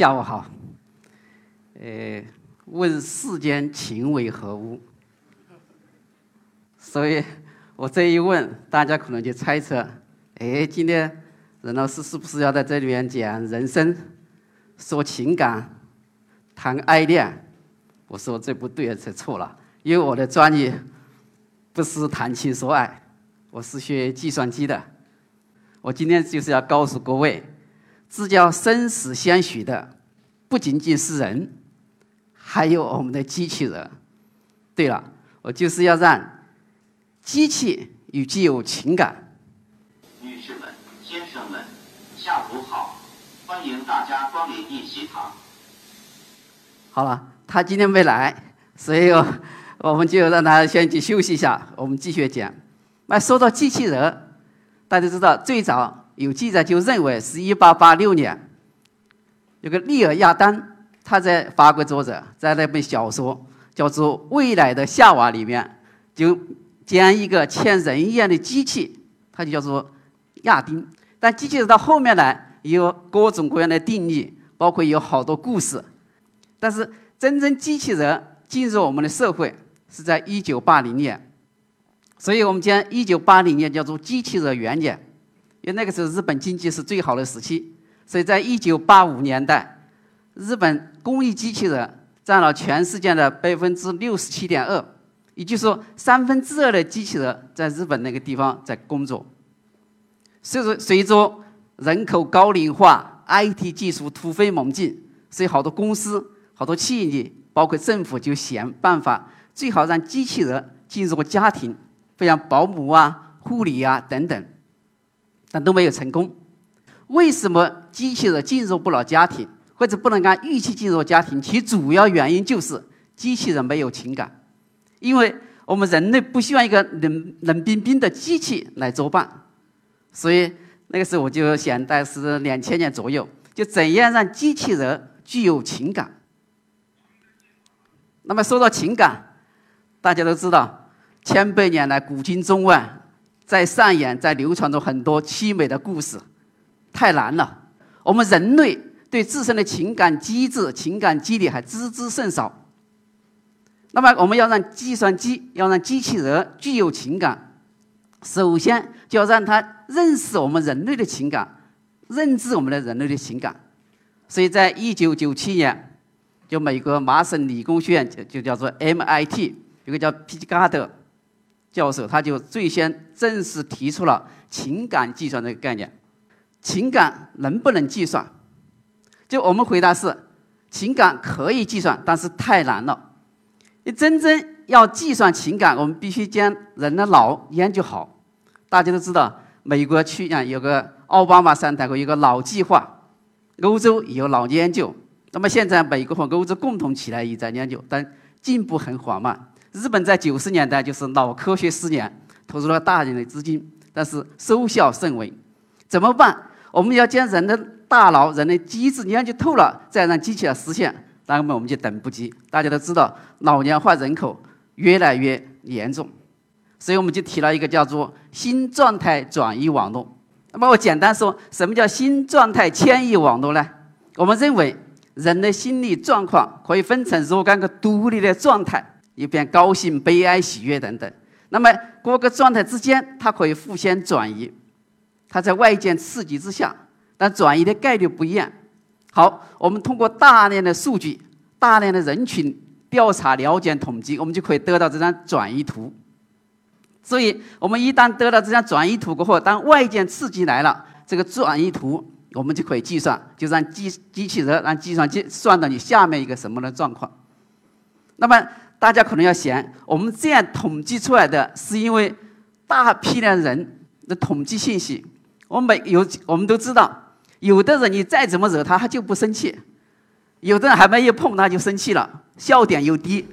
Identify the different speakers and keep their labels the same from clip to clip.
Speaker 1: 下午好。问世间情为何物？所以我这一问，大家可能就猜测，今天任老师是不是要在这里面讲人生，说情感，谈爱恋？我说这不对，这错了，因为我的专业不是谈情说爱，我是学计算机的。我今天就是要告诉各位，这叫生死相许的，不仅仅是人，还有我们的机器人。对了，我就是要让机器与具有情感。
Speaker 2: 女士们、先生们，下午好，欢迎大家光临一席堂。
Speaker 1: 好了，他今天没来，所以我们就让他先去休息一下，我们继续讲。那说到机器人，大家知道最早有记载就认为是1886年，有个利尔亚当，他在法国作者，在那本小说叫做《未来的夏娃》里面，就将一个像人一样的机器，它就叫做亚丁。但机器人到后面来有各种各样的定义，包括有好多故事。但是真正机器人进入我们的社会是在1980年，所以我们将1980年叫做机器人元年，因为那个时候日本经济是最好的时期。所以在1985年代，日本工业机器人占了全世界的67.2%，也就是说2/3的机器人在日本那个地方在工作。随着人口高龄化 ，IT 技术突飞猛进，所以好多公司、好多企业，包括政府就想办法，最好让机器人进入家庭，比如保姆啊、护理啊等等，但都没有成功。为什么机器人进入不了家庭，或者不能按预期进入家庭？其主要原因就是机器人没有情感，因为我们人类不希望一个冷冰冰的机器来作伴，所以那个时候我就想，大概是2000年左右，就怎样让机器人具有情感。那么说到情感，大家都知道，千百年来古今中外，在上演、在流传着很多凄美的故事。太难了，我们人类对自身的情感机制、情感机理还知之甚少。那么我们要让计算机、要让机器人具有情感，首先就要让它认识我们人类的情感，认知我们的人类的情感。所以在1997年，就美国麻省理工学院就叫做 MIT， 有个叫皮吉加德教授，他就最先正式提出了情感计算这个概念。情感能不能计算？就我们回答是，情感可以计算，但是太难了。你真正要计算情感，我们必须将人的脑研究好。大家都知道，美国去年有个奥巴马上台后有个脑计划，欧洲也有脑研究。那么现在美国和欧洲共同起来也在研究，但进步很缓慢。日本在90年代就是脑科学10年，投入了大量的资金，但是收效甚微。怎么办？我们要将人的大脑、人的机制研究透了，再让机器来实现，那么我们就等不及。大家都知道，老年化人口越来越严重，所以我们就提了一个叫做新状态转移网络。那么我简单说，什么叫新状态迁移网络呢？我们认为人的心理状况可以分成若干个独立的状态，一边高兴、悲哀、喜悦等等。那么各个状态之间，它可以互相转移。它在外界刺激之下，但转移的概率不一样。好，我们通过大量的数据、大量的人群调查、了解、统计，我们就可以得到这张转移图。所以，我们一旦得到这张转移图过后，当外界刺激来了，这个转移图我们就可以计算，就让机器人、让计算机算到你下面一个什么的状况。那么，大家可能要想，我们这样统计出来的是因为大批量人的统计信息。我们都知道，有的人你再怎么惹他，他就不生气；有的人还没有碰他就生气了，笑点又低。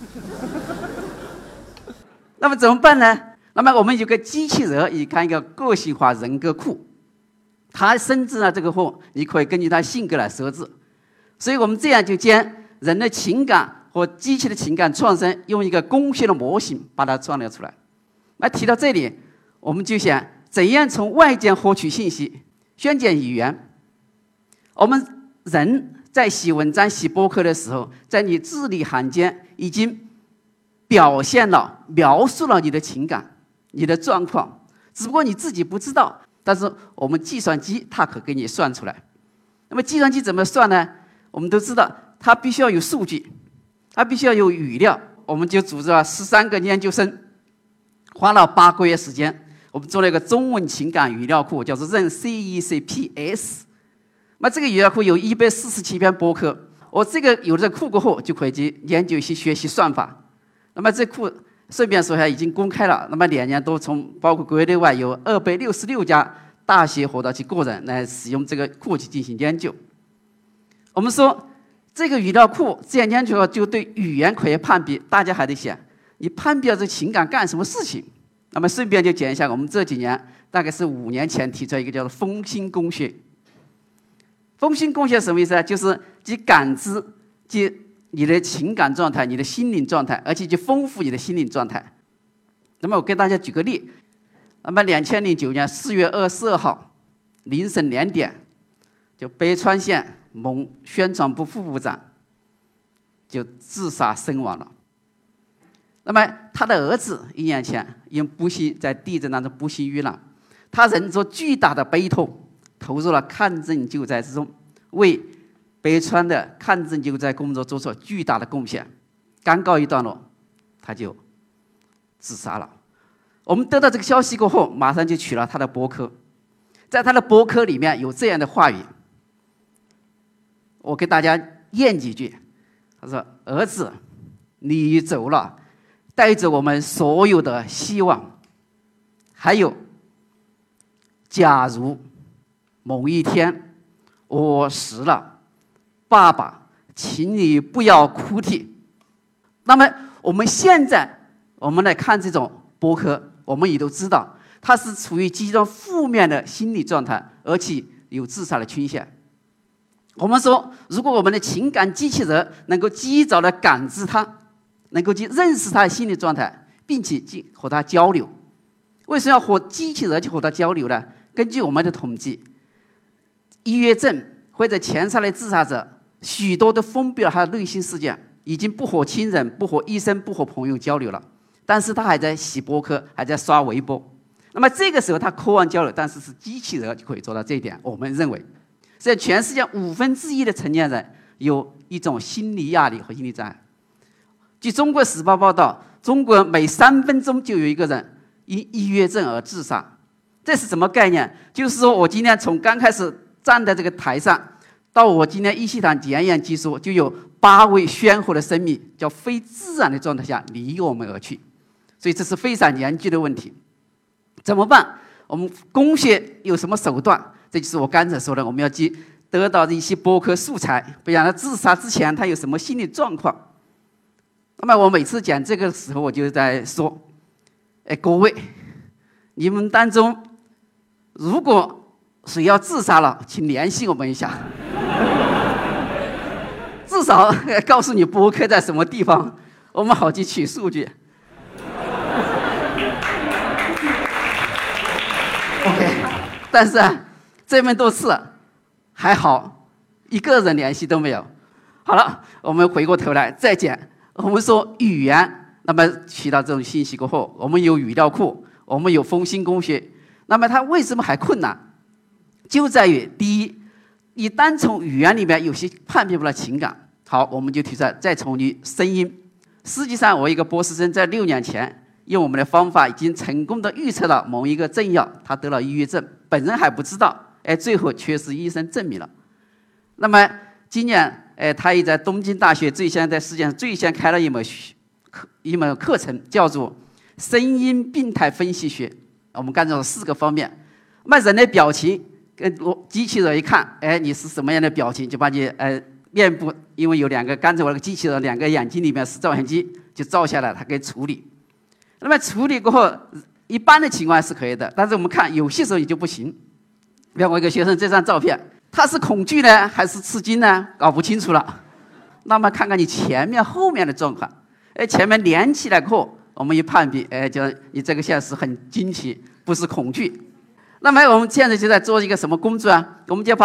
Speaker 1: 那么怎么办呢？那么我们有个机器人，你看一个个性化人格库，它生成了这个货，你可以根据它性格来设置。所以我们这样就将人的情感和机器的情感创生，用一个工学的模型把它创造出来。那提到这里，我们就想，怎样从外界获取信息？宣讲语言，我们人在写文章、写播客的时候，在你字里行间已经表现了、描述了你的情感、你的状况，只不过你自己不知道。但是我们计算机它可给你算出来。那么计算机怎么算呢？我们都知道，它必须要有数据，它必须要有语料。我们就组织了13个研究生，花了8个月时间，我们做了一个中文情感语料库，叫做任 CECPS。那这个语料库有147篇播客，我这个有了这库过后，就可以去研究一些学习算法。那么这库顺便说一下，已经公开了。那么2年多，包括国内外有266家大学或者其个人来使用这个库去进行研究。我们说这个语料库这样研究后，就对语言可以判别。大家还得想，你判别这情感干什么事情？那么顺便就讲一下，我们这几年大概是5年前提出来一个叫做风心工学。风心工学什么意思呢？就是即感知，即你的情感状态、你的心灵状态，而且去丰富你的心灵状态。那么我给大家举个例，那么2009年4月22号凌晨2点，就北川县某宣传部副部长就自杀身亡了。那么他的儿子1年前因不幸在地震当中不幸遇难，他忍着巨大的悲痛，投入了抗震救灾之中，为北川的抗震救灾工作做出了巨大的贡献。刚告一段落，他就自杀了。我们得到这个消息过后，马上就取了他的播客，在他的播客里面有这样的话语，我给大家念几句。他说：“儿子，你走了，带着我们所有的希望。还有，假如某一天我死了，爸爸，请你不要哭啼。”那么我们现在我们来看这种播客，我们也都知道，他是处于极端负面的心理状态，而且有自杀的倾向。我们说，如果我们的情感机器人能够及早的感知他，能够去认识他的心理状态，并且去和他交流。为什么要和机器人去和他交流呢？根据我们的统计，抑郁症或者前3类自杀者，许多都封闭了他的内心世界，已经不和亲人、不和医生、不和朋友交流了。但是他还在洗博客，还在刷微博。那么这个时候他渴望交流，但是是机器人就可以做到这一点。我们认为，在全世界1/5的成年人有一种心理压力和心理障碍。据中国时报报道，中国每3分钟就有一个人因抑郁症而自杀。这是什么概念？就是说我今天从刚开始站在这个台上，到我今天一席谈讲演技术，就有8位鲜活的生命，叫非自然的状态下离我们而去。所以这是非常严峻的问题。怎么办？我们工学有什么手段？这就是我刚才说的，我们要去得到一些播客素材，比方他自杀之前他有什么心理状况。那么我每次讲这个的时候，我就在说，各位，你们当中如果谁要自杀了，请联系我们一下，至少告诉你播客在什么地方，我们好去取数据。OK， 但是这么多次还好，一个人联系都没有。好了，我们回过头来再讲。我们说语言，那么取到这种信息过后，我们有语料库，我们有风心工学。那么它为什么还困难？就在于第一，你单从语言里面有些判别不了情感。好，我们就提出来，再从你声音。实际上，我一个博士生在6年前用我们的方法已经成功的预测了某一个政要他得了抑郁症，本人还不知道，最后确实医生证明了。那么今年他也在东京大学在世界上最先开了一门课程，叫做声音病态分析学。我们干这4个方面。那么人的表情跟机器人一看，你是什么样的表情，就把你面部，因为有2个，刚才我那个机器人2个眼睛里面是照相机，就照下来，它可以处理。那么处理过后，一般的情况是可以的，但是我们看有些时候也就不行。比如我一个学生这张照片，他是恐惧呢还是吃惊呢？搞不清楚了。那么看看你前面后面的状况，前面连起来过后，我们一判别，就你这个现实很惊奇，不是恐惧。那么我们现在就在做一个什么工作啊？我们就把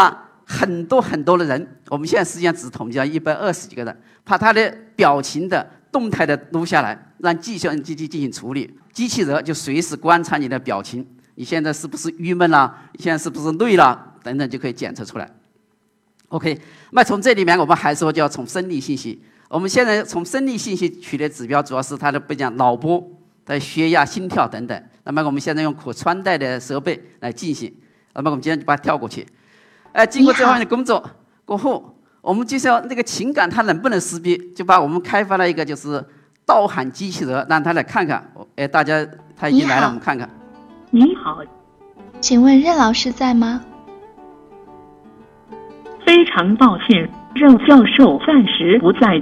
Speaker 1: 很多很多的人，我们现在实际上只统计到120几个人，把他的表情的动态的录下来，让计算机进行处理。机器人就随时观察你的表情，你现在是不是郁闷了？你现在是不是累了？等等，就可以检测出来。OK， 那从这里面我们还说就要从生理信息。我们现在从生理信息取的指标主要是它的不讲脑波、的血压、心跳等等。那么我们现在用可穿戴的设备来进行。那么我们今天就把它跳过去。经过这方面的工作过后，我们就是要那个情感它能不能识别，就把我们开发了一个就是导喊机器人，让他来看看。大家他已经来了，我们看看。
Speaker 3: 你好，
Speaker 4: 请问任老师在吗？
Speaker 3: 非常抱歉，任教授暂时不在。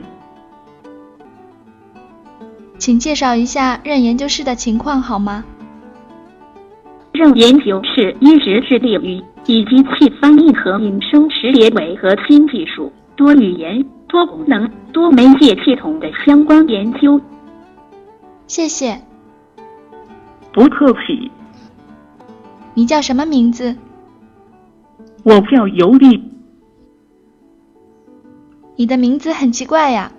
Speaker 4: 请介绍一下任研究室的情况好吗？
Speaker 3: 任研究室一直致力于以机器翻译和影声识别为核心技术、多语言、多功能、多媒介系统的相关研究。
Speaker 4: 谢谢。
Speaker 3: 不客气。
Speaker 4: 你叫什么名字？
Speaker 3: 我叫尤利。
Speaker 4: 你的名字很奇怪呀。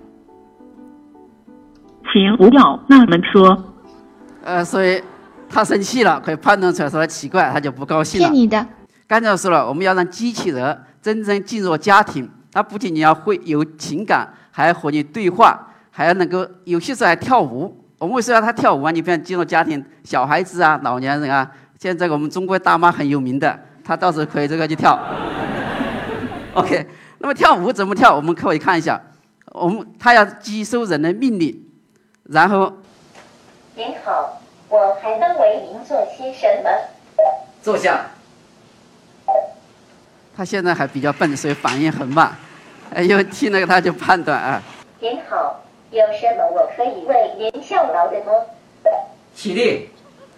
Speaker 3: 请不要那么说。
Speaker 1: 所以他生气了，可以判断出来说他奇怪，他就不高兴了。
Speaker 4: 骗你的。
Speaker 1: 刚才我说了，我们要让机器人真正进入家庭，它不仅仅要会有情感，还要和你对话，还要能够有些时候还跳舞。我们为什么要他跳舞啊？你比方进入家庭，小孩子啊、老年人啊，现在我们中国大妈很有名的，她到时候可以这个去跳。OK， 那么跳舞怎么跳？我们可以看一下，他要接收人的命令，然后。
Speaker 5: 您好，我还能为您做些什么？
Speaker 1: 坐下。他现在还比较笨，所以反应很慢。因为听那个他就判断啊。
Speaker 5: 您好，有什么我可以为您效劳的吗？
Speaker 1: 起立。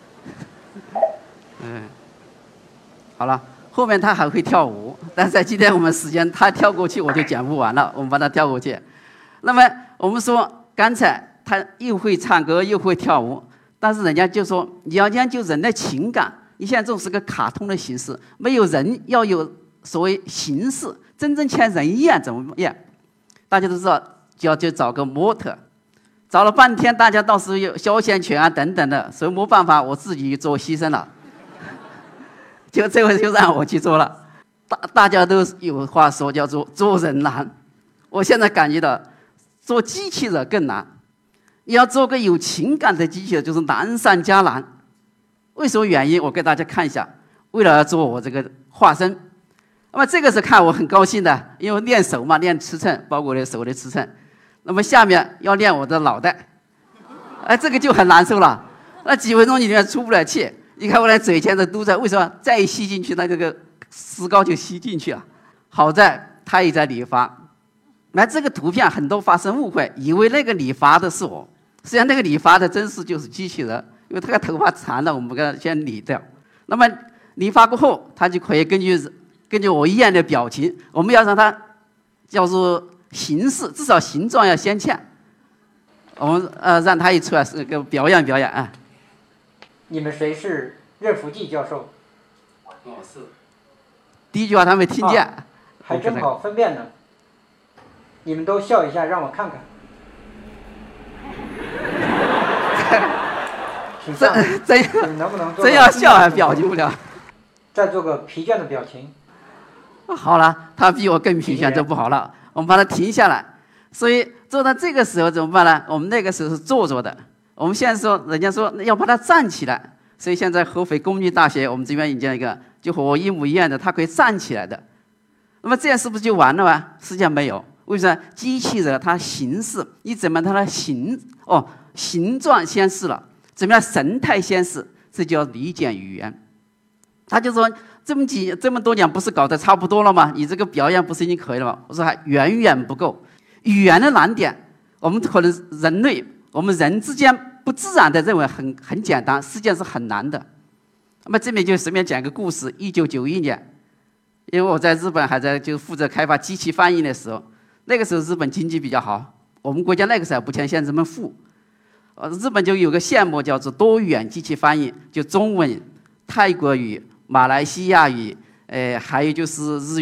Speaker 1: 好了，后面他还会跳舞，但是在今天我们时间他跳过去我就讲不完了，我们把他跳过去。那么我们说刚才他又会唱歌又会跳舞，但是人家就说你要研究人的情感，你现在这种是个卡通的形式，没有人要有所谓形式，真正像人一样怎么样？大家都知道就找个模特，找了半天，大家到时候有肖像权啊等等的，所以没办法，我自己做牺牲了。就这回就让我去做了。大家都有话说，叫做做人难。我现在感觉到做机器人更难。你要做个有情感的机器人，就是难上加难。为什么原因？我给大家看一下。为了要做我这个化身，那么这个是看我很高兴的，因为练手嘛，练尺寸，包括我的手的尺寸。那么下面要练我的脑袋，这个就很难受了。那几分钟里面出不了气。你看我的嘴前的都在，为什么再吸进去，那这个石膏就吸进去了？好在他也在理发。那这个图片很多发生误会，以为那个理发的是我，实际上那个理发的真是就是机器人，因为他的头发长了，我们给他先理掉。那么理发过后，他就可以根据我一样的表情，我们要让他叫做形式，至少形状要先像。我们让他一出来是个表演啊。
Speaker 6: 你们谁是任福记教授？
Speaker 1: 是。第一句话他没听见。
Speaker 6: 还真好分辨呢。你们都笑一下，让我看看。
Speaker 1: 真
Speaker 6: 能不能做？
Speaker 1: 真要笑还表现不了。
Speaker 6: 再做个疲倦的表情。
Speaker 1: 好了，他比我更疲倦，就不好了。我们把它停下来。所以做到这个时候怎么办呢？我们那个时候是坐着的。我们现在说，人家说要把它站起来，所以现在合肥工业大学我们这边引进了一个，就和我一模一样的，它可以站起来的。那么这样是不是就完了吗？实际上没有。为什么？机器人它形式，你怎么它的形状先是了，怎么样神态先是，这叫理解语言。他就说这么多年不是搞得差不多了吗？你这个表演不是已经可以了吗？我说还远远不够。语言的难点，我们可能人类。我们人之间不自然的认为很简单，实际上是很难的。那么这边就随便讲一个故事。1991年，因为我在日本还在就负责开发机器翻译的时候，那个时候日本经济比较好，我们国家那个时候不像现在这么富。日本就有个项目叫做多语言机器翻译，就中文、泰国语、马来西亚语，还有就是日语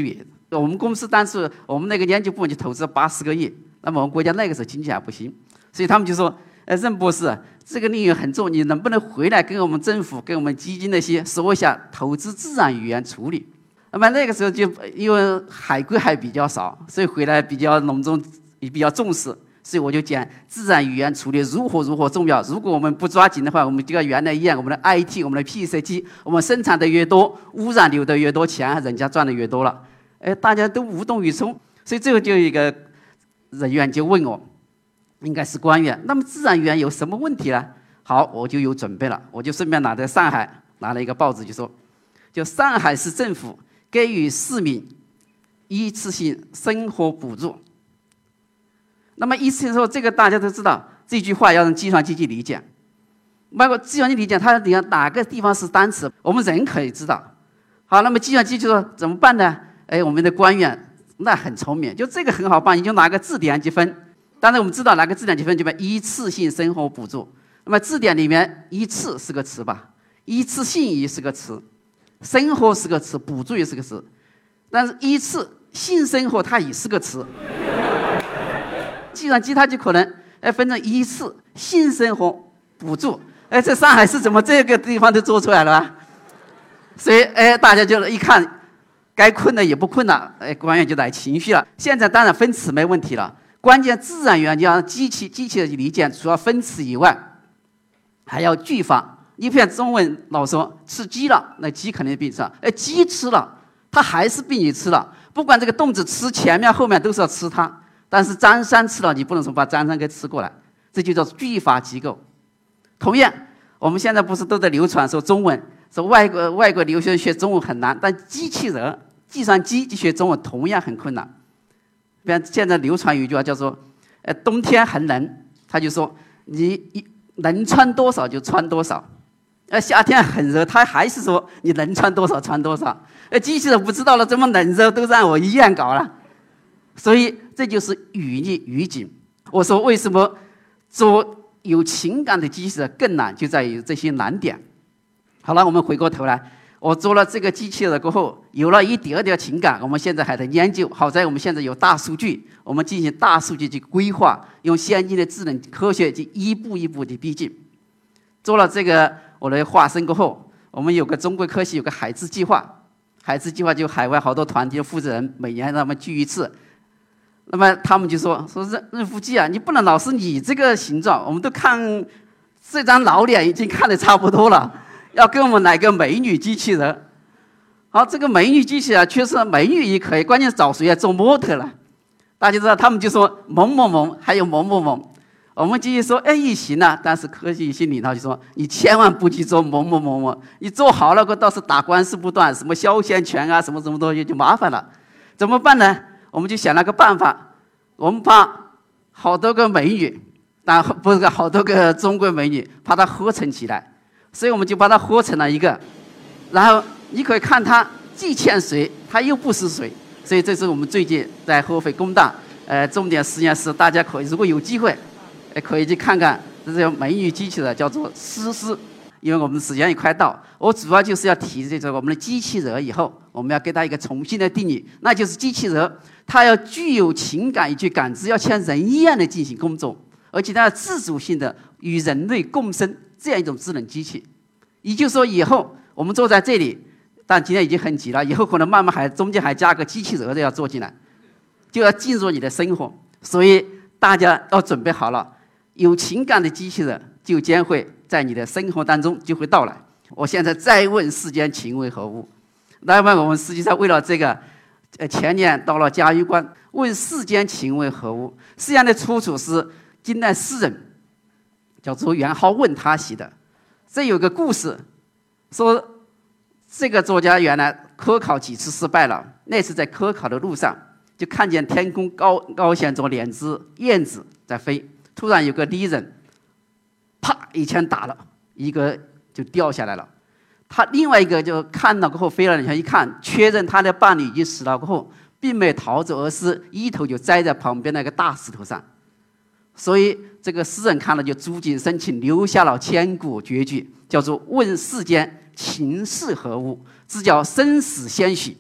Speaker 1: 我们公司当时我们那个研究部门就投资了80个亿，那么我们国家那个时候经济还不行，所以他们就说，任博士，这个领域很重，你能不能回来跟我们政府、跟我们基金那些说一下投资自然语言处理？那么那个时候就因为海归还比较少，所以回来比较隆重，也比较重视，所以我就讲自然语言处理如何重要。如果我们不抓紧的话，我们就跟原来一样，我们的 IT、我们的 PCT， 我们生产的越多，污染流的越多，钱人家赚的越多了。大家都无动于衷，所以这个就有一个人员就问我，应该是官员，那么自然语言有什么问题呢？好，我就有准备了，我就顺便拿在上海拿了一个报纸，就说，就上海市政府给予市民一次性生活补助。那么一次性说，这个大家都知道，这句话要用计算机去理解。包括计算机理解，它哪个地方是单词，我们人可以知道。好，那么计算机就说怎么办呢？我们的官员那很聪明，就这个很好办，你就拿个字典去分。当然我们知道拿个字典去分，就把一次性生活补助。那么字典里面一次是个词吧，一次性也是个词，生活是个词，补助也是个词，但是一次性生活它也是个词。计算机它就可能分成一次性生活补助，这上海市怎么这个地方都做出来了吧？所以大家就一看，该困的也不困了，官员就来情绪了。现在当然分词没问题了，关键自然语言就让机器的理解，除了分词以外，还要句法。一片中文老说吃鸡了，那鸡肯定被吃了，鸡吃了，它还是被你吃了。不管这个动词吃前面后面都是要吃它，但是张三吃了，你不能说把张三给吃过来，这就叫句法机构。同样，我们现在不是都在流传说中文，说外国留学生学中文很难，但机器人、计算机学中文同样很困难。比方现在流传有一句话叫做，冬天很冷，他就说你能穿多少就穿多少。夏天很热，他还是说你能穿多少穿多少。机器人不知道了，怎么冷热都让我一样搞了。所以这就是语义语境。我说为什么做有情感的机器人更难，就在于这些难点。好了，我们回过头来，我做了这个机器人过后，有了一点点情感，我们现在还在研究。好在我们现在有大数据，我们进行大数据去规划，用先进的智能科学去一步一步的逼近。做了这个我的化身过后，我们有个中国科系有个海智计划，海智计划就海外好多团体的负责人每年让他们聚一次。那么他们就说任福基啊，你不能老是你这个形状，我们都看这张老脸已经看得差不多了，要给我们来个美女机器人。好，这个美女机器人确实美女也可以，关键找谁要做模特了。大家知道，他们就说某某某，还有某某某。我们继续说，也行啊，但是科技新领导就说，你千万不去做某某某某，你做好了，倒是打官司不断，什么肖像权啊，什么东西就麻烦了。怎么办呢？我们就想了个办法，我们把好多个美女，但不是好多个中国美女，把它合成起来，所以我们就把它合成了一个，然后你可以看它既欠谁，它又不是谁。所以这是我们最近在合肥工大重点实验室，大家可以如果有机会，可以去看看这是美女机器人，叫做思思。因为我们时间也快到，我主要就是要提这个我们的机器人，以后我们要给它一个重新的定义，那就是机器人它要具有情感以及感知，要像人一样的进行工作，而且它要自主性的与人类共生，这样一种智能机器。也就是说，以后我们坐在这里，但今天已经很急了，以后可能慢慢中间还加个机器人的要做进来，就要进入你的生活。所以大家要准备好了，有情感的机器人就将会在你的生活当中就会到来。我现在再问世间情为何物，那么我们实际上为了这个，前年到了嘉峪关问世间情为何物，实际上的出处是近代诗人叫做元好问他写的。这有个故事，说这个作家原来科考几次失败了，那次在科考的路上就看见天空高悬着2只燕子在飞，突然有个敌人啪一枪打了，一个就掉下来了。他另外一个就看到过后飞了2下，一看确认他的伴侣已经死了过后，并没有逃走，而是一头就栽在旁边那个大石头上。所以这个诗人看了就触景生情，留下了千古绝句，叫做问世间情是何物，只叫生死相许，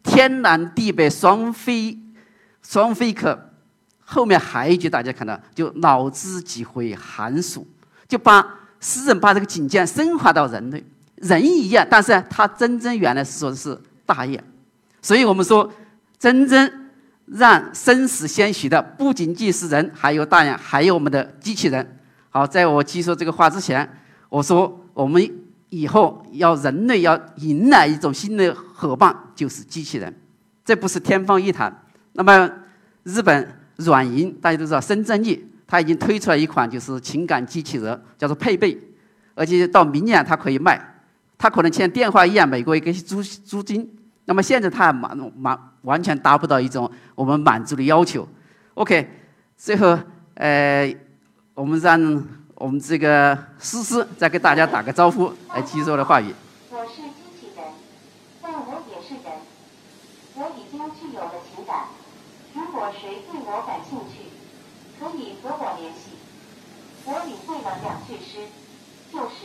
Speaker 1: 天南地北双飞客。后面还有一句大家看到，就脑知几回寒暑，就诗人把这个景象升华到人类，人一样，但是他真正原来说的是大雁。所以我们说，真正让生死相许的不仅仅是人，还有大雁，还有我们的机器人。好，在我记说这个话之前，我说我们以后人类要迎来一种新的伙伴，就是机器人，这不是天方夜谭。那么日本软银大家都知道，深圳一它已经推出了一款就是情感机器人，叫做配备，而且到明年它可以卖，它可能像电话一样，每个月给租金。那么现在它完全达不到一种我们满足的要求。OK， 最后我们让我们这个思思再给大家打个招呼，来记住我的话语。
Speaker 5: 我是机器人，但我也是人，我已经具有了情感。如果谁对我感兴趣，可以和我联系。我领会了2句诗，就是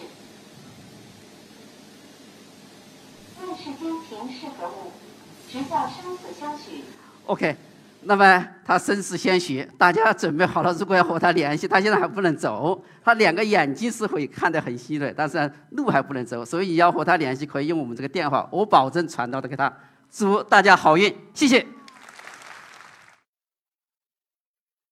Speaker 5: 问世间情是何物，直到生死相许。
Speaker 1: OK， 那么他生死相许，大家准备好了，如果要和他联系，他现在还不能走，他2个眼睛是会看得很细锐，但是路还不能走，所以要和他联系，可以用我们这个电话，我保证传到的给他。祝大家好运，谢谢。